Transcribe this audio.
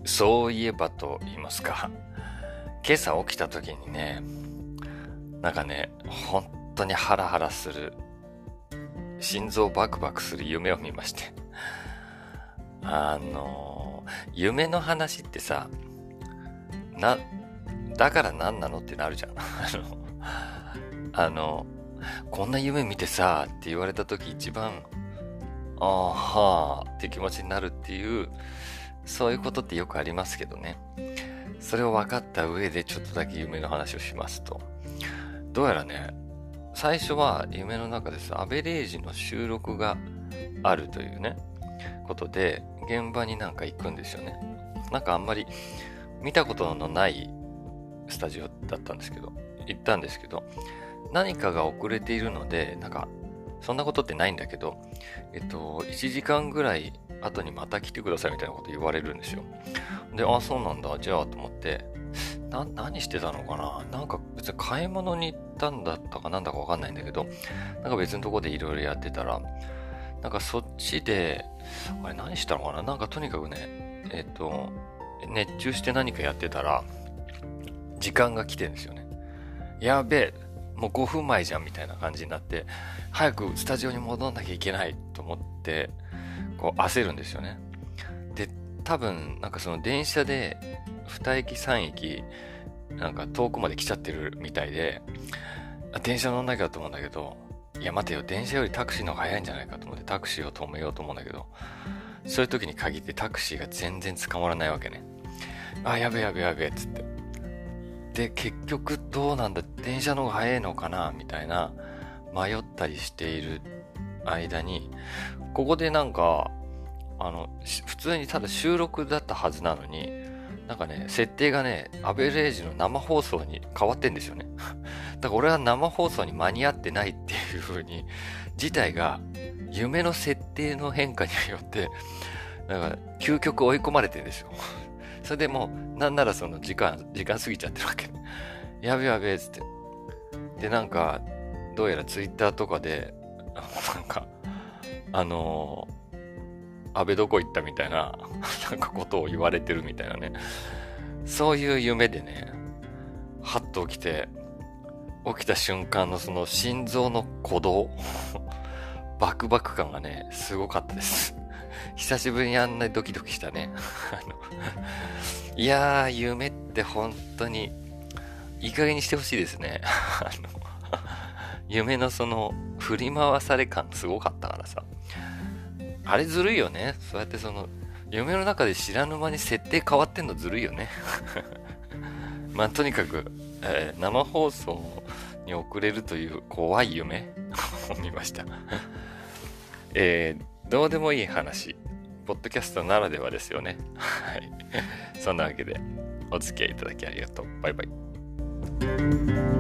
そういえばと言いますか、今朝起きた時にね、なんかね、本当にハラハラする、心臓バクバクする夢を見まして。夢の話ってさ、だから何なのってなるじゃん。こんな夢見てさ、って言われた時一番、ああ、はあ、って気持ちになるっていう、そういうことってよくありますけどね。それを分かった上でちょっとだけ夢の話をしますと。どうやらね、最初は夢の中です。アベレージの収録があるというね、ことで、現場になんか行くんですよね。なんかあんまり見たことのないスタジオだったんですけど、行ったんですけど、何かが遅れているので、なんか、そんなことってないんだけど、1時間ぐらい後にまた来てくださいみたいなこと言われるんですよ。で、あ、そうなんだ、じゃあと思って、何してたのかな、なんか別に買い物に行ったんだったかなんだかわかんないんだけど、なんか別のとこでいろいろやってたら、なんかそっちで、あれ何したのかな、なんかとにかくね、熱中して何かやってたら、時間が来てるんですよね。やべえ、もう5分前じゃんみたいな感じになって、早くスタジオに戻んなきゃいけないと思って、こう焦るんですよね。で、多分、なんかその電車で2駅3駅、なんか遠くまで来ちゃってるみたいで、電車乗んなきゃと思うんだけど、いや待てよ、電車よりタクシーの方が早いんじゃないかと思ってタクシーを止めようと思うんだけど、そういう時に限ってタクシーが全然捕まらないわけね。あ、やべえやべえやべえっつって。で、結局どうなんだ、電車の方が早いのかなみたいな迷ったりしている間に、ここでなんか、普通にただ収録だったはずなのに、なんかね、設定がね、アベレージの生放送に変わってんですよね。だから俺は生放送に間に合ってないっていう風に、事態が夢の設定の変化によって、なんか究極追い込まれてるんですよ。それでもう、なんならその時間過ぎちゃってるわけ。やべやべえっつって。で、なんか、どうやらツイッターとかで、なんか、安倍どこ行ったみたいな、なんかことを言われてるみたいなね。そういう夢でね、はっと起きて、起きた瞬間のその心臓の鼓動、バクバク感がね、すごかったです。久しぶりにあんなにドキドキしたね。いやー、夢って本当に、いい加減にしてほしいですね。夢のその、振り回され感すごかったからさ。あれずるいよね。そうやってその、夢の中で知らぬ間に設定変わってんのずるいよね。まあ、とにかく、生放送に遅れるという怖い夢を見ました。どうでもいい話。ポッドキャストならではですよね。はい。そんなわけで、お付き合いいただきありがとう。バイバイ。